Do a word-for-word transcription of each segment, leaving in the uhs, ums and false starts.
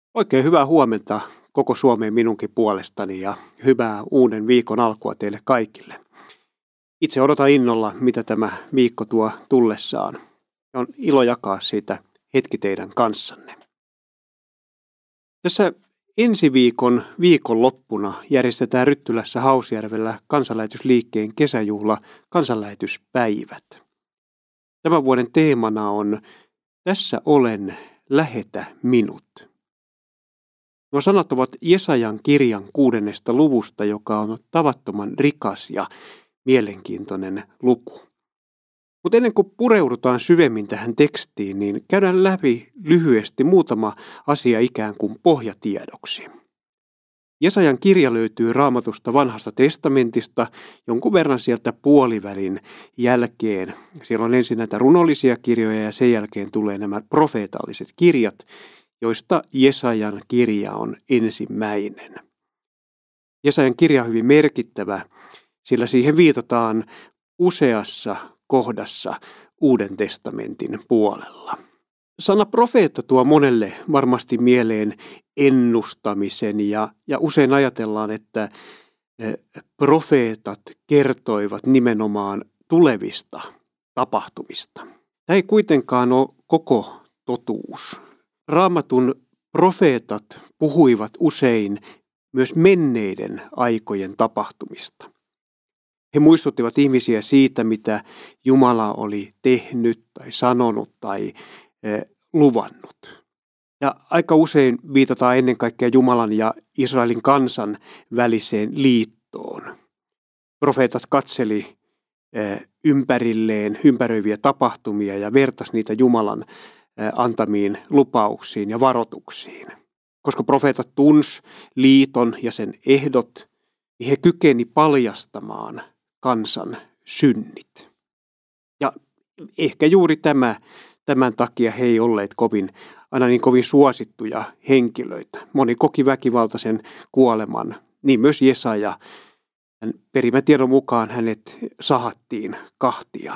Oikein hyvää huomenta koko Suomeen minunkin puolestani ja hyvää uuden viikon alkua teille kaikille. Itse odotan innolla, mitä tämä viikko tuo tullessaan. On ilo jakaa siitä hetki teidän kanssanne. Tässä ensi viikon viikonloppuna järjestetään Ryttylässä Hausjärvellä Kansanlähetysliikkeen kesäjuhla Kansanlähetyspäivät. Tämän vuoden teemana on Tässä olen, lähetä minut. Nuo sanat ovat Jesajan kirjan kuudennesta luvusta, joka on tavattoman rikas ja mielenkiintoinen luku. Mutta ennen kuin pureudutaan syvemmin tähän tekstiin, niin käydään läpi lyhyesti muutama asia ikään kuin pohjatiedoksi. Jesajan kirja löytyy Raamatusta Vanhasta testamentista jonkun verran sieltä puolivälin jälkeen. Siellä on ensin näitä runollisia kirjoja ja sen jälkeen tulee nämä profeetalliset kirjat, joista Jesajan kirja on ensimmäinen. Jesajan kirja on hyvin merkittävä, sillä siihen viitataan useassa kohdassa Uuden testamentin puolella. Sana profeetta tuo monelle varmasti mieleen ennustamisen ja, ja usein ajatellaan, että profeetat kertoivat nimenomaan tulevista tapahtumista. Tämä ei kuitenkaan ole koko totuus. Raamatun profeetat puhuivat usein myös menneiden aikojen tapahtumista. He muistuttivat ihmisiä siitä, mitä Jumala oli tehnyt tai sanonut tai eh, luvannut. Ja aika usein viitataan ennen kaikkea Jumalan ja Israelin kansan väliseen liittoon. Profeetat katseli eh, ympärilleen ympäröiviä tapahtumia ja vertasi niitä Jumalan antamiin lupauksiin ja varoituksiin. Koska profeetat tunsi liiton ja sen ehdot, niin he kykeni paljastamaan kansan synnit. Ja ehkä juuri tämä, tämän takia he ei olleet kovin, aina niin kovin suosittuja henkilöitä. Moni koki väkivaltaisen kuoleman, niin myös Jesaja. Perimätiedon mukaan hänet sahattiin kahtia.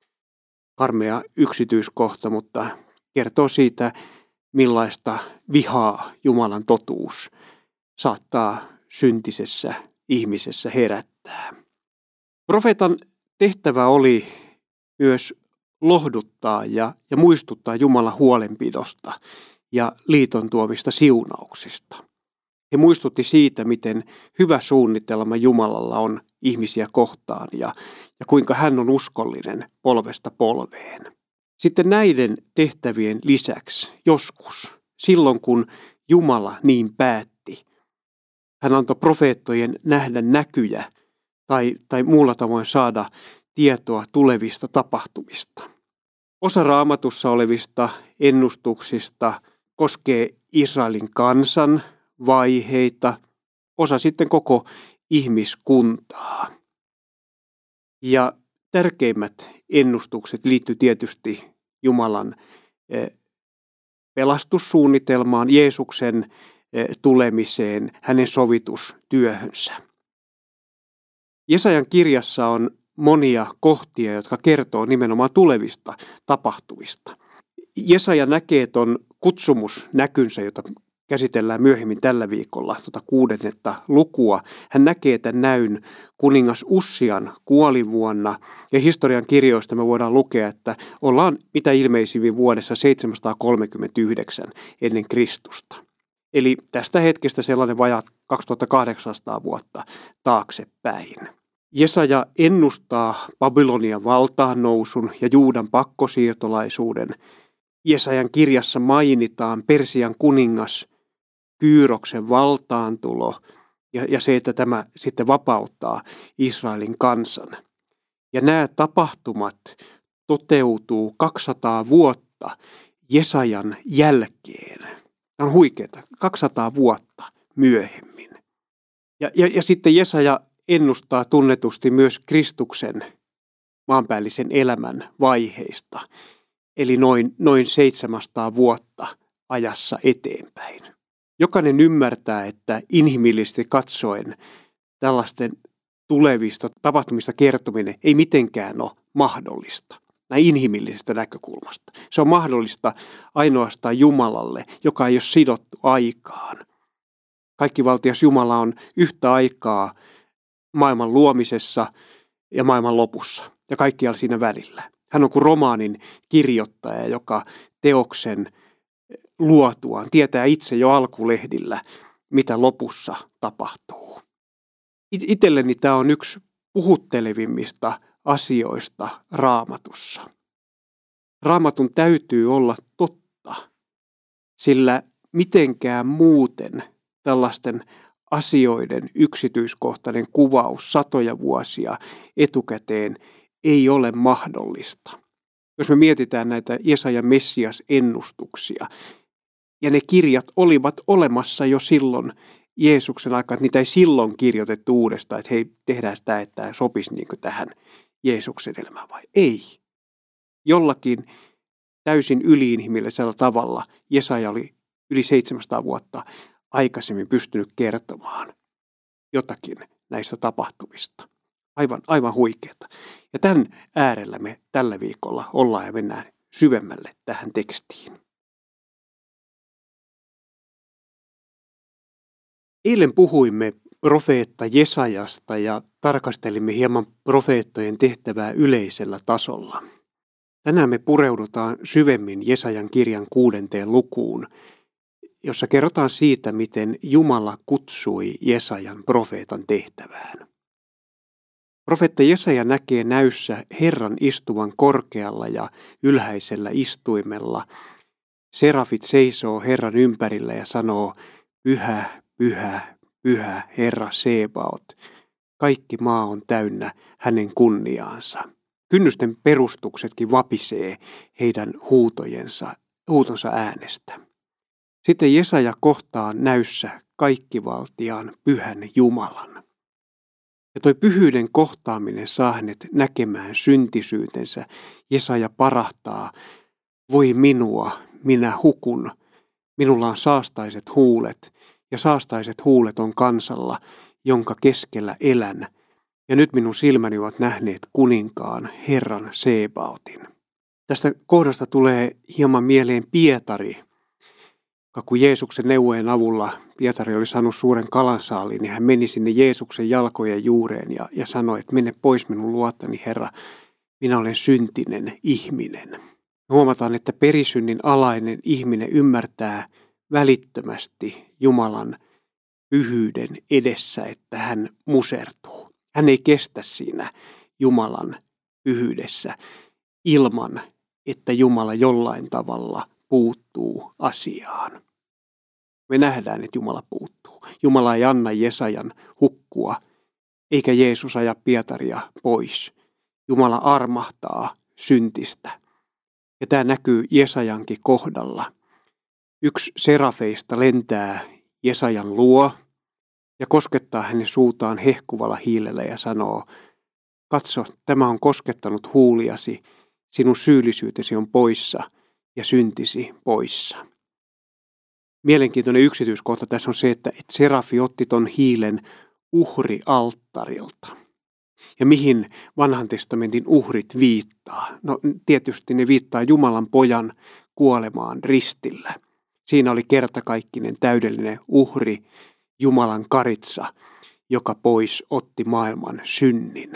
Karmea yksityiskohta, mutta kertoo siitä, millaista vihaa Jumalan totuus saattaa syntisessä ihmisessä herättää. Profeetan tehtävä oli myös lohduttaa ja, ja muistuttaa Jumalan huolenpidosta ja liiton tuomista siunauksista. He muistutti siitä, miten hyvä suunnitelma Jumalalla on ihmisiä kohtaan ja, ja kuinka hän on uskollinen polvesta polveen. Sitten näiden tehtävien lisäksi joskus, silloin kun Jumala niin päätti, hän antoi profeettojen nähdä näkyjä tai, tai muulla tavoin saada tietoa tulevista tapahtumista. Osa Raamatussa olevista ennustuksista koskee Israelin kansan vaiheita, osa sitten koko ihmiskuntaa. Ja tärkeimmät ennustukset liittyy tietysti Jumalan pelastussuunnitelmaan, Jeesuksen tulemiseen, hänen sovitustyöhönsä. Jesajan kirjassa on monia kohtia, jotka kertoo nimenomaan tulevista tapahtumista. Jesaja näkee tuon kutsumusnäkynsä, jota käsitellään myöhemmin tällä viikolla, tuota kuudennetta lukua. Hän näkee tämän näyn kuningas Ussian kuolivuonna, ja historian kirjoista me voidaan lukea, että ollaan mitä ilmeisimmin vuodessa seitsemänsataakolmekymmentäyhdeksän ennen Kristusta. Eli tästä hetkestä sellainen vajaat kaksituhattakahdeksansataa vuotta taaksepäin. Jesaja ennustaa Babylonian valtaan nousun ja Juudan pakkosiirtolaisuuden. Jesajan kirjassa mainitaan Persian kuningas Kyyroksen valtaantulo ja, ja se, että tämä sitten vapauttaa Israelin kansan. Ja nämä tapahtumat toteutuu kaksisataa vuotta Jesajan jälkeen. Tämä on huikeaa, kaksisataa vuotta myöhemmin. Ja, ja, ja sitten Jesaja ennustaa tunnetusti myös Kristuksen maanpäällisen elämän vaiheista, eli noin, noin seitsemänsataa vuotta ajassa eteenpäin. Jokainen ymmärtää, että inhimillisesti katsoen tällaisten tulevista tapahtumista kertominen ei mitenkään ole mahdollista. näin inhimillisestä näkökulmasta. Se on mahdollista ainoastaan Jumalalle, joka ei ole sidottu aikaan. Kaikkivaltias Jumala on yhtä aikaa maailman luomisessa ja maailman lopussa ja kaikkialla siinä välillä. Hän on kuin romaanin kirjoittaja, joka teoksen luotuaan tietää itse jo alkulehdillä, mitä lopussa tapahtuu. Itselleni tämä on yksi puhuttelevimmista asioista Raamatussa. Raamatun täytyy olla totta, sillä mitenkään muuten tällaisten asioiden yksityiskohtainen kuvaus satoja vuosia etukäteen ei ole mahdollista. Jos me mietitään näitä Jesajan Messias-ennustuksia, ja ne kirjat olivat olemassa jo silloin Jeesuksen aikaan, että niitä ei silloin kirjoitettu uudestaan, että hei, tehdään sitä, että tämä sopisi niin kuin tähän Jeesuksen elämään vai ei. Jollakin täysin yliinhimillisellä tavalla Jesaja oli yli seitsemänsataa vuotta aikaisemmin pystynyt kertomaan jotakin näistä tapahtumista. Aivan, aivan huikeata. Ja tämän äärellä me tällä viikolla ollaan ja mennään syvemmälle tähän tekstiin. Eilen puhuimme profeetta Jesajasta ja tarkastelimme hieman profeettojen tehtävää yleisellä tasolla. Tänään me pureudutaan syvemmin Jesajan kirjan kuudenteen lukuun, jossa kerrotaan siitä, miten Jumala kutsui Jesajan profeetan tehtävään. Profeetta Jesaja näkee näyssä Herran istuvan korkealla ja ylhäisellä istuimella. Serafit seisoo Herran ympärillä ja sanoo, pyhä, pyhä, pyhä Herra Sebaot. Kaikki maa on täynnä hänen kunniaansa. Kynnysten perustuksetkin vapisee heidän huutojensa, huutonsa äänestä. Sitten Jesaja kohtaa näyssä kaikkivaltiaan pyhän Jumalan. Ja toi pyhyyden kohtaaminen saa hänet näkemään syntisyytensä. Jesaja parahtaa, voi minua, minä hukun, minulla on saastaiset huulet, ja saastaiset huulet on kansalla, jonka keskellä elän. Ja nyt minun silmäni ovat nähneet kuninkaan, Herran Sebaotin. Tästä kohdasta tulee hieman mieleen Pietari, kun Jeesuksen neuvojen avulla Pietari oli saanut suuren kalansaaliin, niin hän meni sinne Jeesuksen jalkojen juureen ja, ja sanoi, että mene pois minun luotani, Herra, minä olen syntinen ihminen. Huomataan, että perisynnin alainen ihminen ymmärtää välittömästi Jumalan pyhyyden edessä, että hän musertuu. Hän ei kestä siinä Jumalan pyhyydessä ilman, että Jumala jollain tavalla puuttuu asiaan. Me nähdään, että Jumala puuttuu. Jumala ei anna Jesajan hukkua, eikä Jeesus aja Pietaria pois. Jumala armahtaa syntistä. Ja tämä näkyy Jesajankin kohdalla. Yksi serafeista lentää Jesajan luo ja koskettaa hänen suutaan hehkuvalla hiilellä ja sanoo, katso, tämä on koskettanut huuliasi, sinun syyllisyytesi on poissa ja syntisi poissa. Mielenkiintoinen yksityiskohta tässä on se, että serafi otti ton hiilen uhrialttarilta. Ja mihin vanhan testamentin uhrit viittaa? No tietysti ne viittaa Jumalan pojan kuolemaan ristillä. Siinä oli kertakaikkinen täydellinen uhri, Jumalan karitsa, joka pois otti maailman synnin.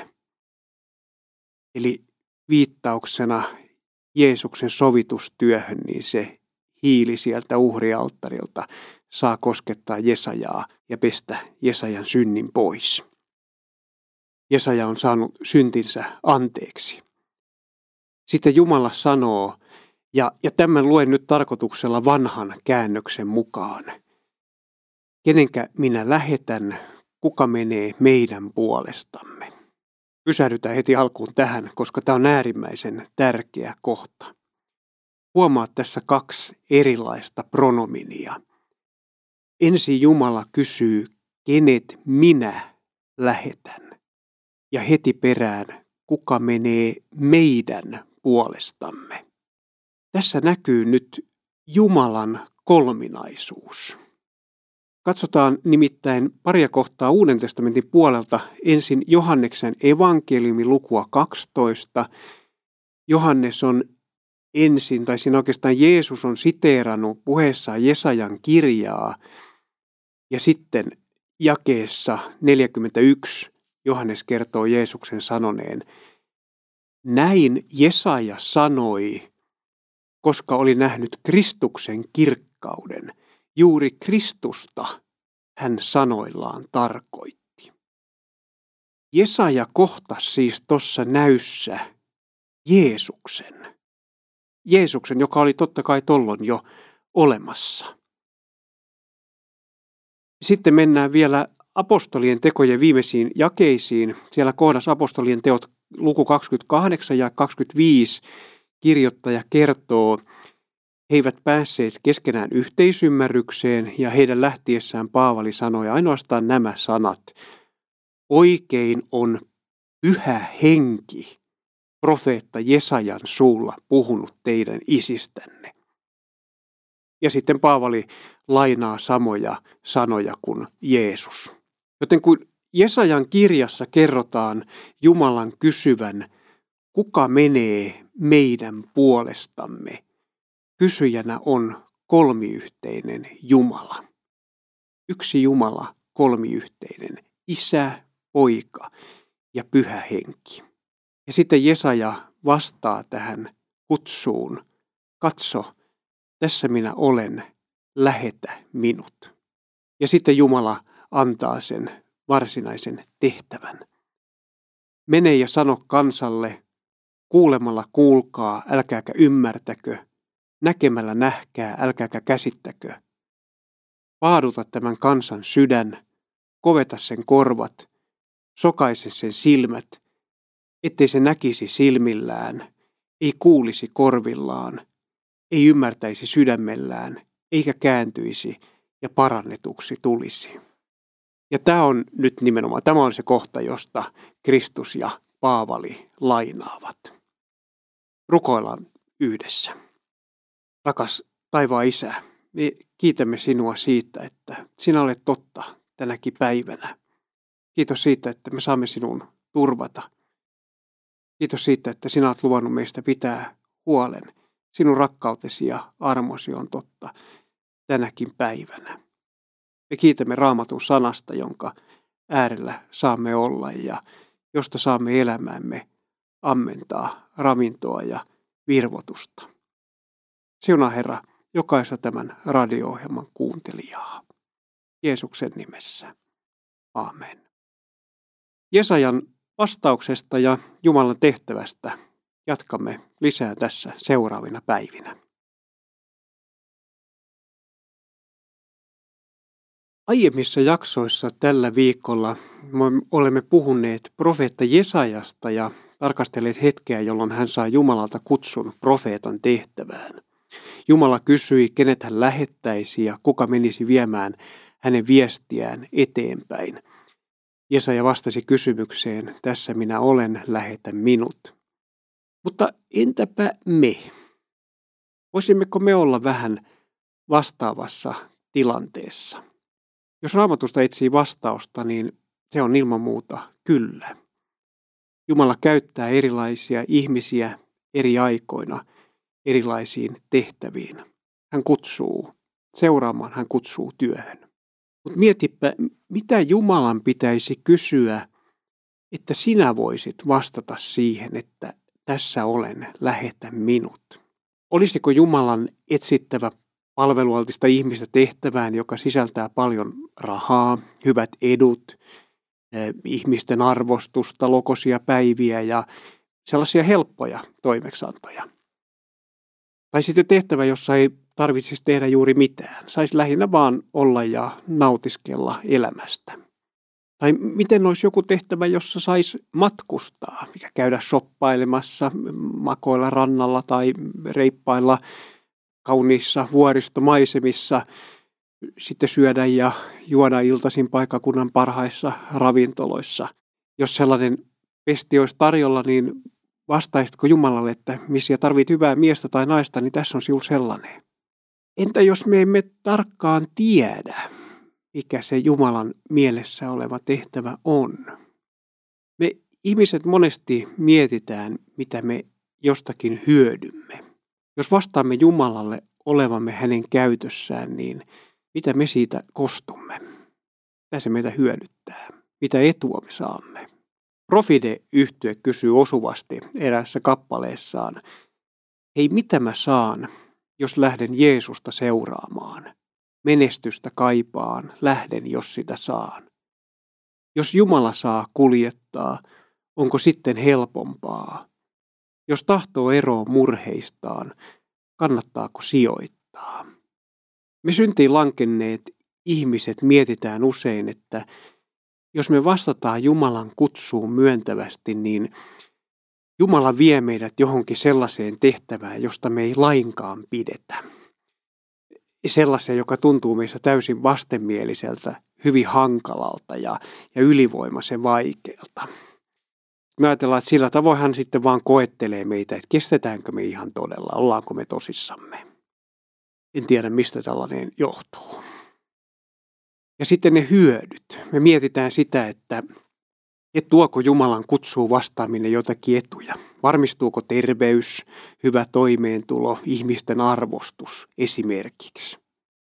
Eli viittauksena Jeesuksen sovitustyöhön, niin se hiili sieltä uhrialttarilta saa koskettaa Jesajaa ja pestä Jesajan synnin pois. Jesaja on saanut syntinsä anteeksi. Sitten Jumala sanoo, ja, ja tämän luen nyt tarkoituksella vanhan käännöksen mukaan. Kenenkä minä lähetän, kuka menee meidän puolestamme? Pysähdytään heti alkuun tähän, koska tämä on äärimmäisen tärkeä kohta. Huomaa tässä kaksi erilaista pronominia. Ensin Jumala kysyy, kenet minä lähetän? Ja heti perään, kuka menee meidän puolestamme? Tässä näkyy nyt Jumalan kolminaisuus. Katsotaan nimittäin paria kohtaa Uuden testamentin puolelta ensin Johanneksen evankeliumin lukua kaksitoista Johannes on ensin, tai siinä oikeastaan Jeesus on siteerannut puheessaan Jesajan kirjaa, ja sitten jakeessa neljäkymmentäyksi Johannes kertoo Jeesuksen sanoneen, näin Jesaja sanoi, koska oli nähnyt Kristuksen kirkkauden. Juuri Kristusta hän sanoillaan tarkoitti. Jesaja kohtasi siis tuossa näyssä Jeesuksen. Jeesuksen, joka oli totta kai tollon jo olemassa. Sitten mennään vielä apostolien tekojen viimeisiin jakeisiin. Siellä kohdassa apostolien teot luku kaksikymmentäkahdeksan ja kaksikymmentäviisi kirjoittaja kertoo, he eivät päässeet keskenään yhteisymmärrykseen ja heidän lähtiessään Paavali sanoi ainoastaan nämä sanat. Oikein on Pyhä Henki profeetta Jesajan suulla puhunut teidän isistänne. Ja sitten Paavali lainaa samoja sanoja kuin Jeesus. Joten kun Jesajan kirjassa kerrotaan Jumalan kysyvän, kuka menee meidän puolestamme, kysyjänä on kolmiyhteinen Jumala. Yksi Jumala, kolmiyhteinen, Isä, Poika ja Pyhä Henki. Ja sitten Jesaja vastaa tähän kutsuun, katso, tässä minä olen, lähetä minut. Ja sitten Jumala antaa sen varsinaisen tehtävän. Mene ja sano kansalle, kuulemalla kuulkaa, älkääkä ymmärtäkö, näkemällä nähkää, älkääkä käsittäkö. Paaduta tämän kansan sydän, koveta sen korvat, sokaise sen silmät, ettei se näkisi silmillään, ei kuulisi korvillaan, ei ymmärtäisi sydämellään, eikä kääntyisi ja parannetuksi tulisi. Ja tämä on nyt nimenomaan, tämä on se kohta, josta Kristus ja Paavali lainaavat. Rukoillaan yhdessä. Rakas taivaan Isä, me kiitämme sinua siitä, että sinä olet totta tänäkin päivänä. Kiitos siitä, että me saamme sinun turvata. Kiitos siitä, että sinä olet luvannut meistä pitää huolen. Sinun rakkautesi ja armosi on totta tänäkin päivänä. Me kiitämme Raamatun sanasta, jonka äärellä saamme olla ja josta saamme elämäämme ammentaa ravintoa ja virvotusta. Siunaa Herra jokaista tämän radio-ohjelman kuuntelijaa. Jeesuksen nimessä. Aamen. Jesajan vastauksesta ja Jumalan tehtävästä jatkamme lisää tässä seuraavina päivinä. Aiemmissa jaksoissa tällä viikolla me olemme puhuneet profeetta Jesajasta ja tarkastelleet hetkeä, jolloin hän saa Jumalalta kutsun profeetan tehtävään. Jumala kysyi, kenet hän lähettäisi ja kuka menisi viemään hänen viestiään eteenpäin. Jesaja vastasi kysymykseen, tässä minä olen, lähetä minut. Mutta entäpä me? Voisimmeko me olla vähän vastaavassa tilanteessa? Jos Raamatusta etsii vastausta, niin se on ilman muuta kyllä. Jumala käyttää erilaisia ihmisiä eri aikoina erilaisiin tehtäviin. Hän kutsuu seuraamaan, hän kutsuu työhön. Mutta mietipä, mitä Jumalan pitäisi kysyä, että sinä voisit vastata siihen, että tässä olen, lähetä minut. Olisiko Jumalan etsittävä palvelualtista ihmistä tehtävään, joka sisältää paljon rahaa, hyvät edut, ihmisten arvostusta, lokoisia päiviä ja sellaisia helppoja toimeksiantoja. Tai sitten tehtävä, jossa ei tarvitsisi tehdä juuri mitään. Saisi lähinnä vaan olla ja nautiskella elämästä. Tai miten olisi joku tehtävä, jossa saisi matkustaa, mikä käydä shoppailemassa, makoilla rannalla tai reippailla kauniissa vuoristomaisemissa, sitten syödä ja juoda iltaisin paikkakunnan parhaissa ravintoloissa. Jos sellainen pesti olisi tarjolla, niin vastaisitko Jumalalle, että missä tarvit hyvää miestä tai naista, niin tässä on sinulla sellainen. Entä jos me emme tarkkaan tiedä, mikä se Jumalan mielessä oleva tehtävä on? Me ihmiset monesti mietitään, mitä me jostakin hyödymme. Jos vastaamme Jumalalle olevamme hänen käytössään, niin mitä me siitä kostumme? Mitä se meitä hyödyttää? Mitä etua me saamme? Profide-yhtye kysyy osuvasti eräässä kappaleessaan, hei, mitä mä saan, jos lähden Jeesusta seuraamaan? Menestystä kaipaan, lähden, jos sitä saan. Jos Jumala saa kuljettaa, onko sitten helpompaa? Jos tahtoo eroa murheistaan, kannattaako sijoittaa? Me syntiin lankenneet ihmiset mietitään usein, että jos me vastataan Jumalan kutsuun myöntävästi, niin Jumala vie meidät johonkin sellaiseen tehtävään, josta me ei lainkaan pidetä. Sellaiseen, joka tuntuu meissä täysin vastenmieliseltä, hyvin hankalalta ja, ja ylivoimaisen vaikealta. Me ajatellaan, että sillä tavoin hän sitten vaan koettelee meitä, että kestetäänkö me ihan todella, ollaanko me tosissamme. En tiedä, mistä tällainen johtuu. Ja sitten ne hyödyt. Me mietitään sitä, että, että tuoko Jumalan kutsuu vastaaminen jotakin etuja. Varmistuuko terveys, hyvä toimeentulo, ihmisten arvostus esimerkiksi.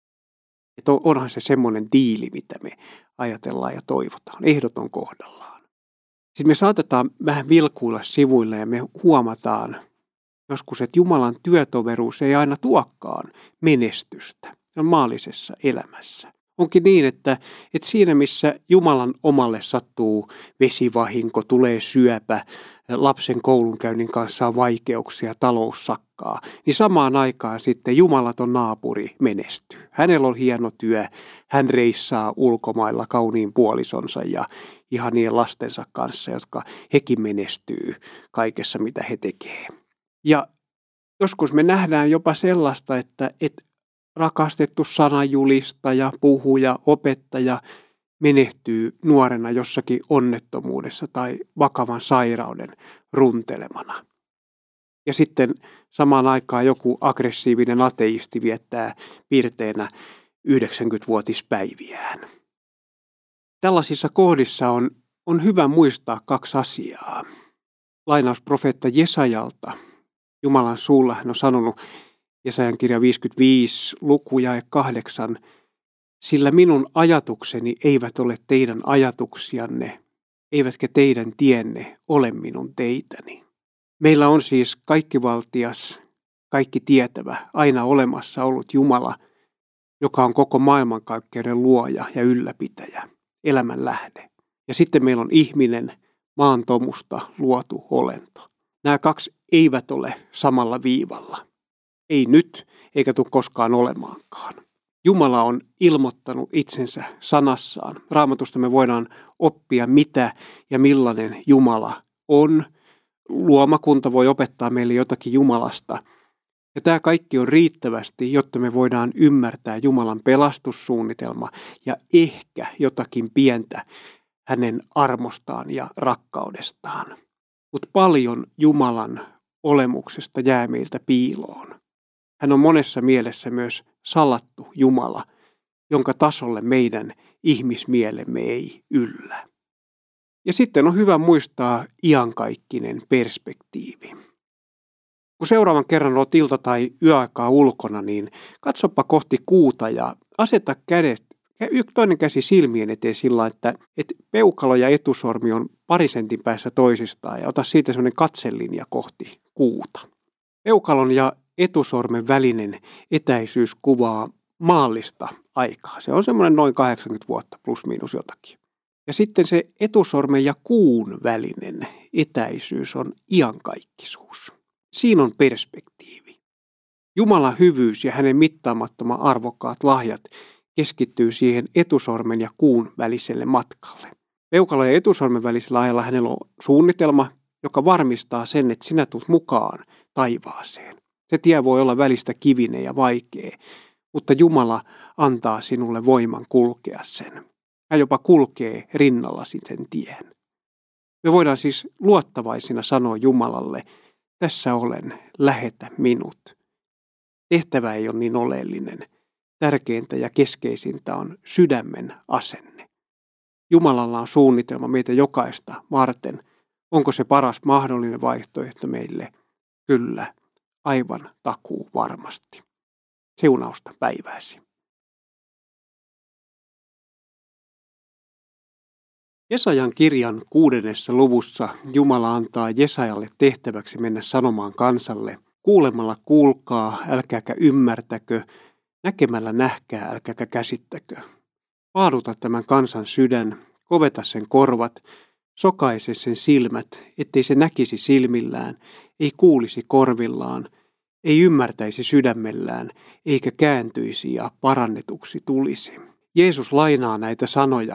Että onhan se semmoinen diili, mitä me ajatellaan ja toivotaan. Ehdot on kohdallaan. Sitten me saatetaan vähän vilkuilla sivuille ja me huomataan joskus, että Jumalan työtoveruus ei aina tuokkaan menestystä maallisessa elämässä. Onkin niin, että, että siinä missä Jumalan omalle sattuu vesivahinko, tulee syöpä, lapsen koulunkäynnin kanssa on vaikeuksia, talous sakkaa, niin samaan aikaan sitten Jumalaton naapuri menestyy. Hänellä on hieno työ, hän reissaa ulkomailla kauniin puolisonsa ja ihanien lastensa kanssa, jotka hekin menestyy kaikessa, mitä he tekee. Ja joskus me nähdään jopa sellaista, että, että rakastettu sananjulistaja, puhuja, opettaja menehtyy nuorena jossakin onnettomuudessa tai vakavan sairauden runtelemana. Ja sitten samaan aikaan joku aggressiivinen ateisti viettää pirteenä yhdeksänkymmenvuotispäiviään. Tällaisissa kohdissa on, on hyvä muistaa kaksi asiaa. Lainaus profeetta Jesajalta. Jumalan suulla hän on sanonut, Jesajan kirja viisikymmentäviisi, luku jae kahdeksan, sillä minun ajatukseni eivät ole teidän ajatuksianne, eivätkä teidän tienne ole minun teitäni. Meillä on siis kaikkivaltias, kaikki tietävä, aina olemassa ollut Jumala, joka on koko maailmankaikkeuden luoja ja ylläpitäjä, elämän lähde. Ja sitten meillä on ihminen, maan tomusta luotu olento. Nämä kaksi eivät ole samalla viivalla. Ei nyt, eikä tule koskaan olemaankaan. Jumala on ilmoittanut itsensä sanassaan. Raamatusta me voidaan oppia, mitä ja millainen Jumala on. Luomakunta voi opettaa meille jotakin Jumalasta. Ja tämä kaikki on riittävästi, jotta me voidaan ymmärtää Jumalan pelastussuunnitelma ja ehkä jotakin pientä hänen armostaan ja rakkaudestaan. Mutta paljon Jumalan olemuksesta jää meiltä piiloon. Hän on monessa mielessä myös salattu Jumala, jonka tasolle meidän ihmismielemme ei yllä. Ja sitten on hyvä muistaa iankaikkinen perspektiivi. Kun seuraavan kerran olet ilta- tai yöaikaa ulkona, niin katsopa kohti kuuta ja aseta kädet, toinen käsi silmien eteen sillä, että, että peukalo ja etusormi on pari sentin päässä toisistaan ja ota siitä sellainen katselinja kohti kuuta. Peukalon ja etusormen välinen etäisyys kuvaa maallista aikaa. Se on semmoinen noin kahdeksankymmentä vuotta plus miinus jotakin. Ja sitten se etusormen ja kuun välinen etäisyys on iankaikkisuus. Siinä on perspektiivi. Jumalan hyvyys ja hänen mittaamattoman arvokkaat lahjat keskittyy siihen etusormen ja kuun väliselle matkalle. Peukalon ja etusormen välisellä ajalla hänellä on suunnitelma, joka varmistaa sen, että sinä tulet mukaan taivaaseen. Se tie voi olla välistä kivinen ja vaikea, mutta Jumala antaa sinulle voiman kulkea sen. Hän jopa kulkee rinnallasi sen tien. Me voidaan siis luottavaisina sanoa Jumalalle, tässä olen, lähetä minut. Tehtävä ei ole niin oleellinen. Tärkeintä ja keskeisintä on sydämen asenne. Jumalalla on suunnitelma meitä jokaista varten. Onko se paras mahdollinen vaihtoehto meille? Kyllä, aivan takuu varmasti. Siunausta päivääsi. Jesajan kirjan kuudennessa luvussa Jumala antaa Jesajalle tehtäväksi mennä sanomaan kansalle: kuulemalla kuulkaa, älkääkä ymmärtäkö, näkemällä nähkää, älkääkä käsittäkö. Paaduta tämän kansan sydän, koveta sen korvat, sokaise sen silmät, ettei se näkisi silmillään, ei kuulisi korvillaan, ei ymmärtäisi sydämellään, eikä kääntyisi ja parannetuksi tulisi. Jeesus lainaa näitä sanoja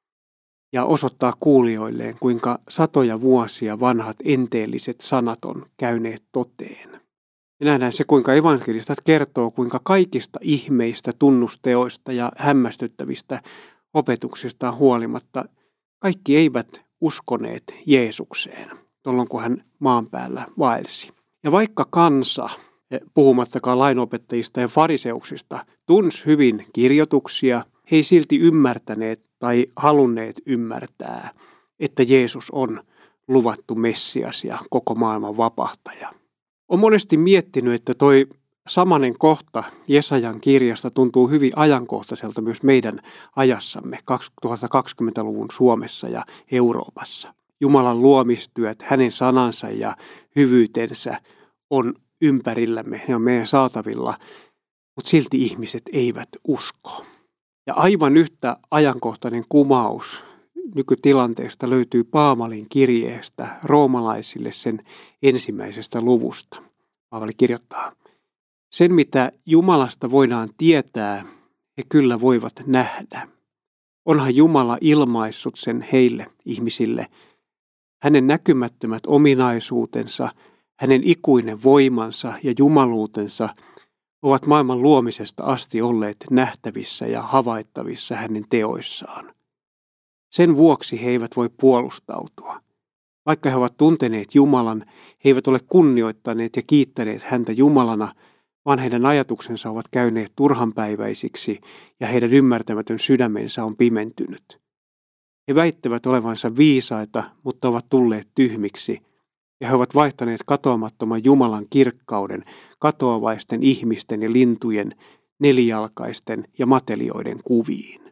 ja osoittaa kuulijoilleen, kuinka satoja vuosia vanhat enteelliset sanat on käyneet toteen. Me nähdään se, kuinka evankelistat kertoo, kuinka kaikista ihmeistä, tunnusteoista ja hämmästyttävistä opetuksista huolimatta kaikki eivät uskoneet Jeesukseen, tuolloin kun hän maan päällä vaelsi. Ja vaikka kansa, puhumattakaan lainopettajista ja fariseuksista, tunsi hyvin kirjoituksia, he ei silti ymmärtäneet tai halunneet ymmärtää, että Jeesus on luvattu Messias ja koko maailman vapahtaja. Olen monesti miettinyt, että toi samainen kohta Jesajan kirjasta tuntuu hyvin ajankohtaiselta myös meidän ajassamme kaksituhattakaksikymmentäluvun Suomessa ja Euroopassa. Jumalan luomistyöt, hänen sanansa ja hyvyytensä on ympärillämme, ne on meidän saatavilla, mutta silti ihmiset eivät usko. Ja aivan yhtä ajankohtainen kumaus nykytilanteesta löytyy Paavalin kirjeestä roomalaisille sen ensimmäisestä luvusta. Paavali kirjoittaa: sen mitä Jumalasta voidaan tietää, he kyllä voivat nähdä. Onhan Jumala ilmaissut sen heille ihmisille. Hänen näkymättömät ominaisuutensa, hänen ikuinen voimansa ja jumaluutensa ovat maailman luomisesta asti olleet nähtävissä ja havaittavissa hänen teoissaan. Sen vuoksi he eivät voi puolustautua. Vaikka he ovat tunteneet Jumalan, he eivät ole kunnioittaneet ja kiittäneet häntä Jumalana, vaan heidän ajatuksensa ovat käyneet turhanpäiväisiksi ja heidän ymmärtämätön sydämensä on pimentynyt. He väittävät olevansa viisaita, mutta ovat tulleet tyhmiksi, ja he ovat vaihtaneet katoamattoman Jumalan kirkkauden katoavaisten ihmisten ja lintujen, nelijalkaisten ja matelioiden kuviin.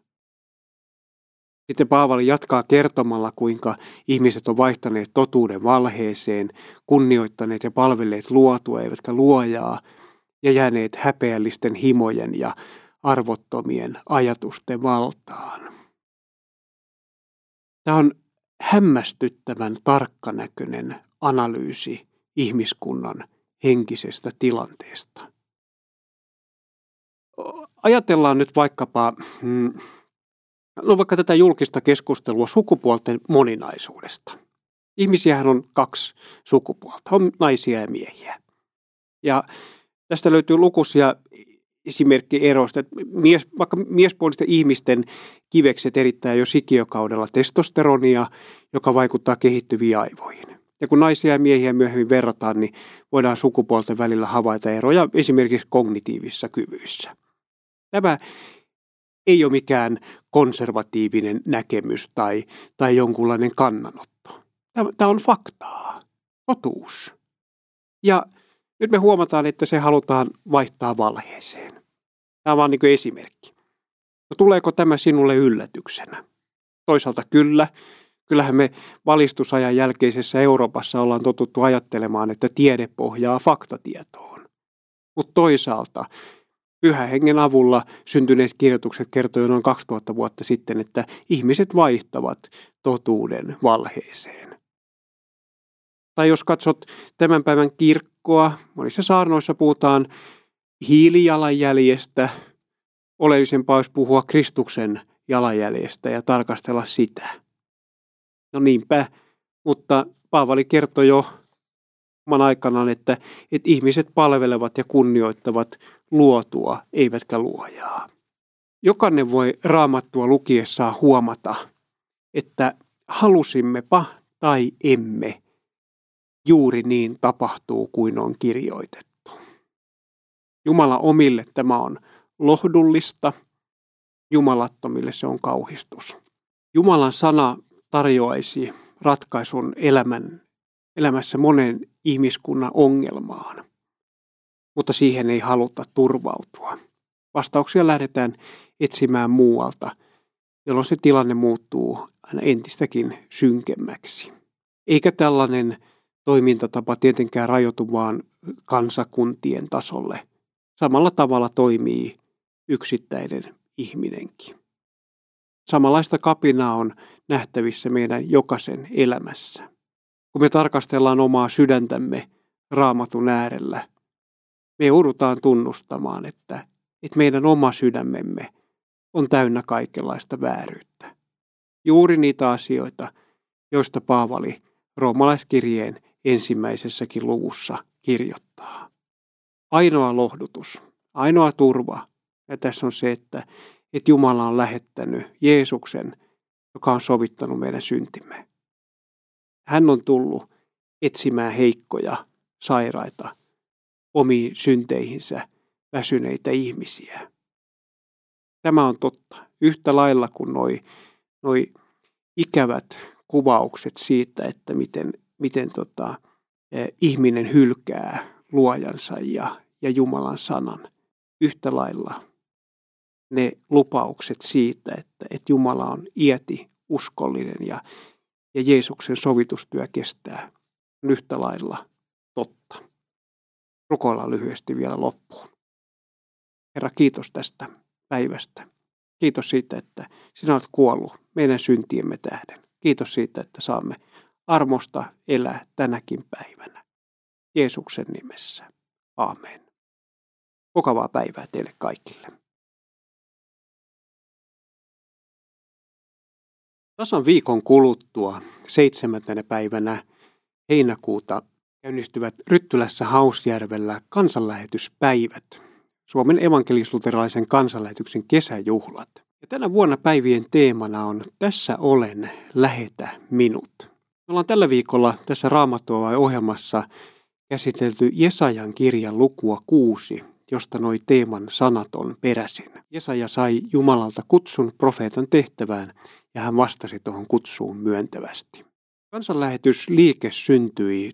Sitten Paavali jatkaa kertomalla, kuinka ihmiset on vaihtaneet totuuden valheeseen, kunnioittaneet ja palvelleet luotua eivätkä luojaa, ja jääneet häpeällisten himojen ja arvottomien ajatusten valtaan. Tämä on hämmästyttävän tarkkanäköinen analyysi ihmiskunnan henkisestä tilanteesta. Ajatellaan nyt vaikkapa, no vaikka tätä julkista keskustelua sukupuolten moninaisuudesta. Ihmisiähän on kaksi sukupuolta, on naisia ja miehiä. Ja tästä löytyy lukuisia esimerkkieroista, että mies, vaikka miespuolisten ihmisten kivekset erittää jo sikiökaudella testosteronia, joka vaikuttaa kehittyviin aivoihin. Ja kun naisia ja miehiä myöhemmin verrataan, niin voidaan sukupuolten välillä havaita eroja esimerkiksi kognitiivisissa kyvyissä. Tämä ei ole mikään konservatiivinen näkemys tai, tai jonkunlainen kannanotto. Tämä, tämä on faktaa, totuus. Ja nyt me huomataan, että se halutaan vaihtaa valheeseen. Tämä on vain niin kuin esimerkki. No, tuleeko tämä sinulle yllätyksenä? Toisaalta kyllä. Kyllähän me valistusajan jälkeisessä Euroopassa ollaan totuttu ajattelemaan, että tiede pohjaa faktatietoon. Mutta toisaalta Pyhän Hengen avulla syntyneet kirjoitukset kertoo noin kaksituhatta vuotta sitten, että ihmiset vaihtavat totuuden valheeseen. Tai jos katsot tämän päivän kirkkoa, monissa saarnoissa puhutaan hiilijalanjäljestä, oleellisempaa olisi puhua Kristuksen jalanjäljestä ja tarkastella sitä. No niinpä, mutta Paavali kertoi jo oman aikanaan, että, että ihmiset palvelevat ja kunnioittavat luotua, eivätkä luojaa. Jokainen voi Raamattua lukiessaan huomata, että halusimmepa tai emme, juuri niin tapahtuu kuin on kirjoitettu. Jumala omille tämä on lohdullista, jumalattomille se on kauhistus. Jumalan sana tarjoaisi ratkaisun elämän, elämässä monen ihmiskunnan ongelmaan. Mutta siihen ei haluta turvautua. Vastauksia lähdetään etsimään muualta, jolloin se tilanne muuttuu aina entistäkin synkemmäksi. Eikä tällainen toimintatapa tietenkään rajoitu vaan kansakuntien tasolle. Samalla tavalla toimii yksittäinen ihminenkin. Samanlaista kapinaa on nähtävissä meidän jokaisen elämässä. Kun me tarkastellaan omaa sydäntämme Raamatun äärellä, me joudutaan tunnustamaan, että, että meidän oma sydämemme on täynnä kaikenlaista vääryyttä. Juuri niitä asioita, joista Paavali roomalaiskirjeen ensimmäisessäkin luvussa kirjoittaa. Ainoa lohdutus, ainoa turva, ja tässä on se, että, että Jumala on lähettänyt Jeesuksen, joka on sovittanut meidän syntimme. Hän on tullut etsimään heikkoja, sairaita, omiin synteihinsä väsyneitä ihmisiä. Tämä on totta. Yhtä lailla kuin noi, noi ikävät kuvaukset siitä, että miten, miten tota, eh, ihminen hylkää luojansa ja, ja Jumalan sanan. Yhtä lailla ne lupaukset siitä, että, että Jumala on iäti uskollinen ja, ja Jeesuksen sovitustyö kestää, on yhtä lailla totta. Rukoillaan lyhyesti vielä loppuun. Herra, kiitos tästä päivästä. Kiitos siitä, että sinä olet kuollut meidän syntiemme tähden. Kiitos siitä, että saamme armosta elää tänäkin päivänä. Jeesuksen nimessä. Aamen. Mukavaa päivää teille kaikille. Tasan viikon kuluttua seitsemäntenä päivänä heinäkuuta käynnistyvät Ryttylässä Hausjärvellä kansanlähetyspäivät, Suomen evankelis-luterilaisen kansanlähetyksen kesäjuhlat. Ja tänä vuonna päivien teemana on Tässä olen, lähetä minut. Me ollaan tällä viikolla tässä Raamattua-ohjelmassa käsitelty Jesajan kirjan lukua kuusi, josta noi teeman sanat on peräisin. Jesaja sai Jumalalta kutsun profeetan tehtävään ja hän vastasi tuohon kutsuun myöntävästi. Kansanlähetysliike syntyi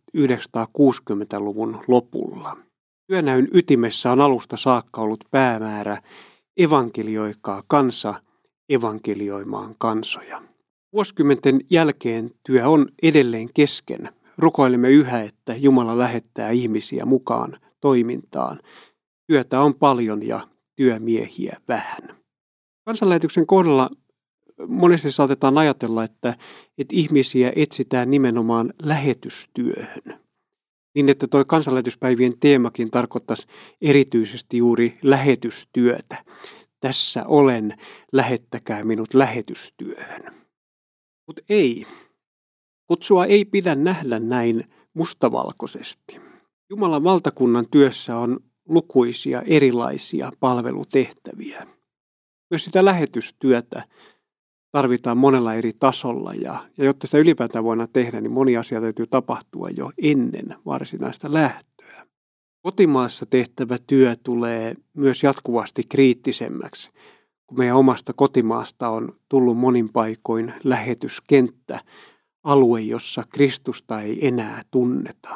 tuhatyhdeksänsataakuusikymmentäluvun lopulla. Työnäyn ytimessä on alusta saakka ollut päämäärä evankelioikaa kansa evankelioimaan kansoja. Vuosikymmenten jälkeen työ on edelleen kesken. Rukoilemme yhä, että Jumala lähettää ihmisiä mukaan toimintaan. Työtä on paljon ja työmiehiä vähän. Kansanlähetyksen kohdalla monesti saatetaan ajatella, että, että ihmisiä etsitään nimenomaan lähetystyöhön. Niin, että tuo kansanlähetyspäivien teemakin tarkoittaisi erityisesti juuri lähetystyötä. Tässä olen, lähettäkää minut lähetystyöhön. Mutta ei. Kutsua ei pidä nähdä näin mustavalkoisesti. Jumalan valtakunnan työssä on lukuisia erilaisia palvelutehtäviä. Myös sitä lähetystyötä tarvitaan monella eri tasolla ja, ja jotta sitä ylipäätään voidaan tehdä, niin moni asia täytyy tapahtua jo ennen varsinaista lähtöä. Kotimaassa tehtävä työ tulee myös jatkuvasti kriittisemmäksi, kun meidän omasta kotimaasta on tullut monin paikoin lähetyskenttä, alue, jossa Kristusta ei enää tunneta.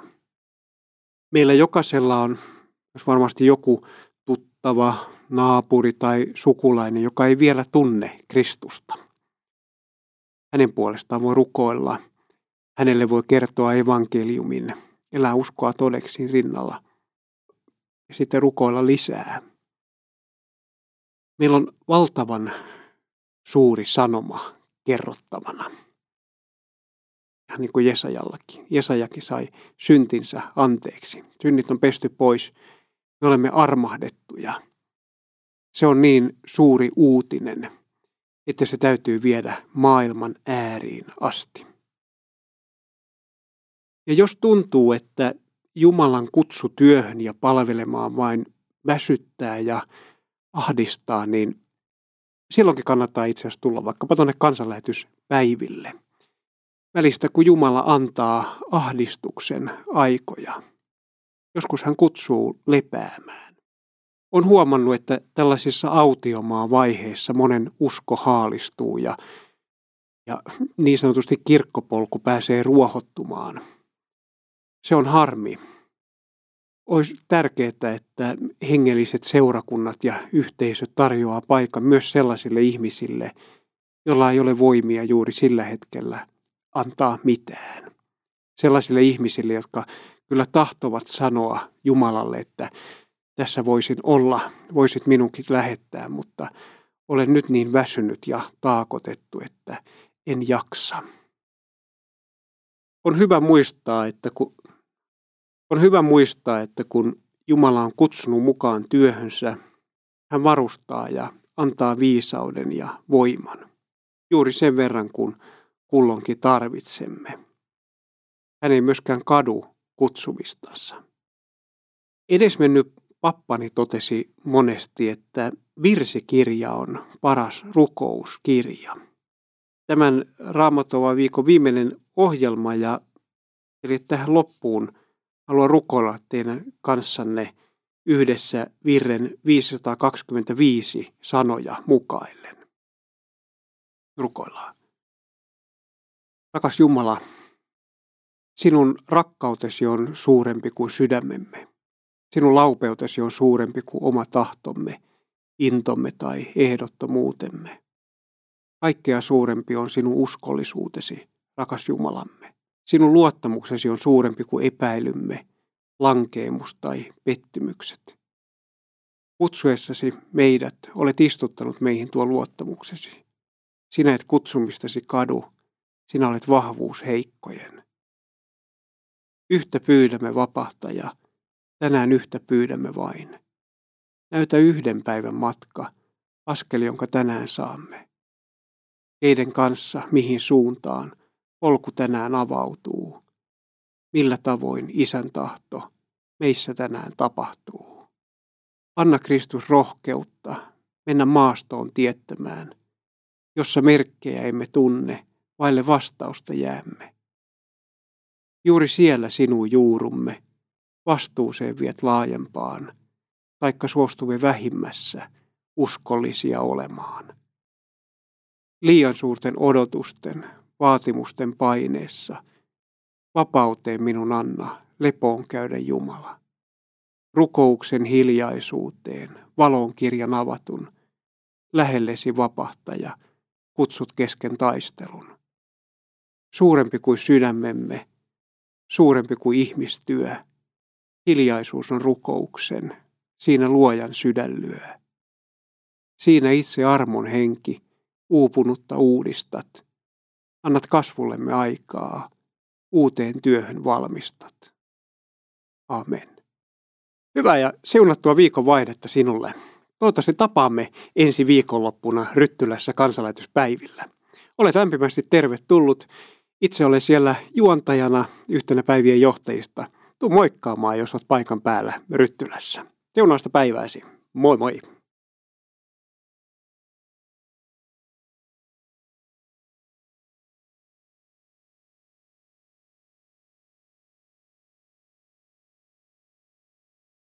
Meillä jokaisella on jos varmasti joku tuttava, naapuri tai sukulainen, joka ei vielä tunne Kristusta. Hänen puolestaan voi rukoilla. Hänelle voi kertoa evankeliumin, elää uskoa todeksi rinnalla ja sitten rukoilla lisää. Meillä on valtavan suuri sanoma kerrottavana. Ihan niin kuin Jesajallakin. Jesajakin sai syntinsä anteeksi. Synnit on pesty pois. Me olemme armahdettuja. Se on niin suuri uutinen, että se täytyy viedä maailman ääriin asti. Ja jos tuntuu, että Jumalan kutsu työhön ja palvelemaan vain väsyttää ja ahdistaa, niin silloinkin kannattaa itse asiassa tulla vaikkapa tuonne kansanlähetyspäiville. Välistä kun Jumala antaa ahdistuksen aikoja. Joskus hän kutsuu lepäämään. On huomannut, että tällaisissa autiomaa vaiheissa monen usko haalistuu ja, ja niin sanotusti kirkkopolku pääsee ruohottumaan. Se on harmi. Olisi tärkeää, että hengelliset seurakunnat ja yhteisöt tarjoaa paikan myös sellaisille ihmisille, joilla ei ole voimia juuri sillä hetkellä antaa mitään. Sellaisille ihmisille, jotka kyllä tahtovat sanoa Jumalalle, että tässä voisin olla, voisit minunkin lähettää, mutta olen nyt niin väsynyt ja taakotettu, että en jaksa. On hyvä muistaa, että kun, on hyvä muistaa, että kun Jumala on kutsunut mukaan työhönsä, hän varustaa ja antaa viisauden ja voiman. Juuri sen verran, kun kulloinkin tarvitsemme. Hän ei myöskään kadu kutsumistansa. Edesmennyt pappani totesi monesti, että virsikirja on paras rukouskirja. Tämän Raamattovan viikon viimeinen ohjelma ja eli tähän loppuun haluan rukoilla teidän kanssanne yhdessä virren viisisataakaksikymmentäviisi sanoja mukaillen. Rukoillaan. Rakas Jumala, sinun rakkautesi on suurempi kuin sydämemme. Sinun laupeutesi on suurempi kuin oma tahtomme, intomme tai ehdottomuutemme. Kaikkea suurempi on sinun uskollisuutesi, rakas Jumalamme. Sinun luottamuksesi on suurempi kuin epäilymme, lankeemus tai pettymykset. Kutsuessasi meidät olet istuttanut meihin tuo luottamuksesi. Sinä et kutsumistasi kadu, sinä olet vahvuus heikkojen. Yhtä pyydämme vapahtaja, tänään yhtä pyydämme vain. Näytä yhden päivän matka, askel jonka tänään saamme. Keiden kanssa, mihin suuntaan, polku tänään avautuu. Millä tavoin Isän tahto meissä tänään tapahtuu. Anna Kristus rohkeutta mennä maastoon tiettämään, jossa merkkejä emme tunne, vaille vastausta jäämme. Juuri siellä sinun juurumme, vastuuseen viet laajempaan, taikka suostumme vähimmässä uskollisia olemaan. Liian suurten odotusten, vaatimusten paineessa, vapauteen minun anna, lepoon käydä Jumala. Rukouksen hiljaisuuteen, valon kirjan avatun, lähellesi vapahtaja, kutsut kesken taistelun. Suurempi kuin sydämemme, suurempi kuin ihmistyö, hiljaisuus on rukouksen, siinä luojan sydän lyö. Siinä itse armon henki, uupunutta uudistat, annat kasvullemme aikaa, uuteen työhön valmistat. Amen. Hyvää ja siunattua viikon vaihdetta sinulle. Toivottavasti tapaamme ensi viikonloppuna Ryttylässä kansanlähetyspäivillä. Olet lämpimästi tervetullut. Itse olen siellä juontajana yhtenä päivien johtajista. Tuu moikkaamaan, jos olet paikan päällä Ryttylässä. Siunausta päivääsi. Moi moi!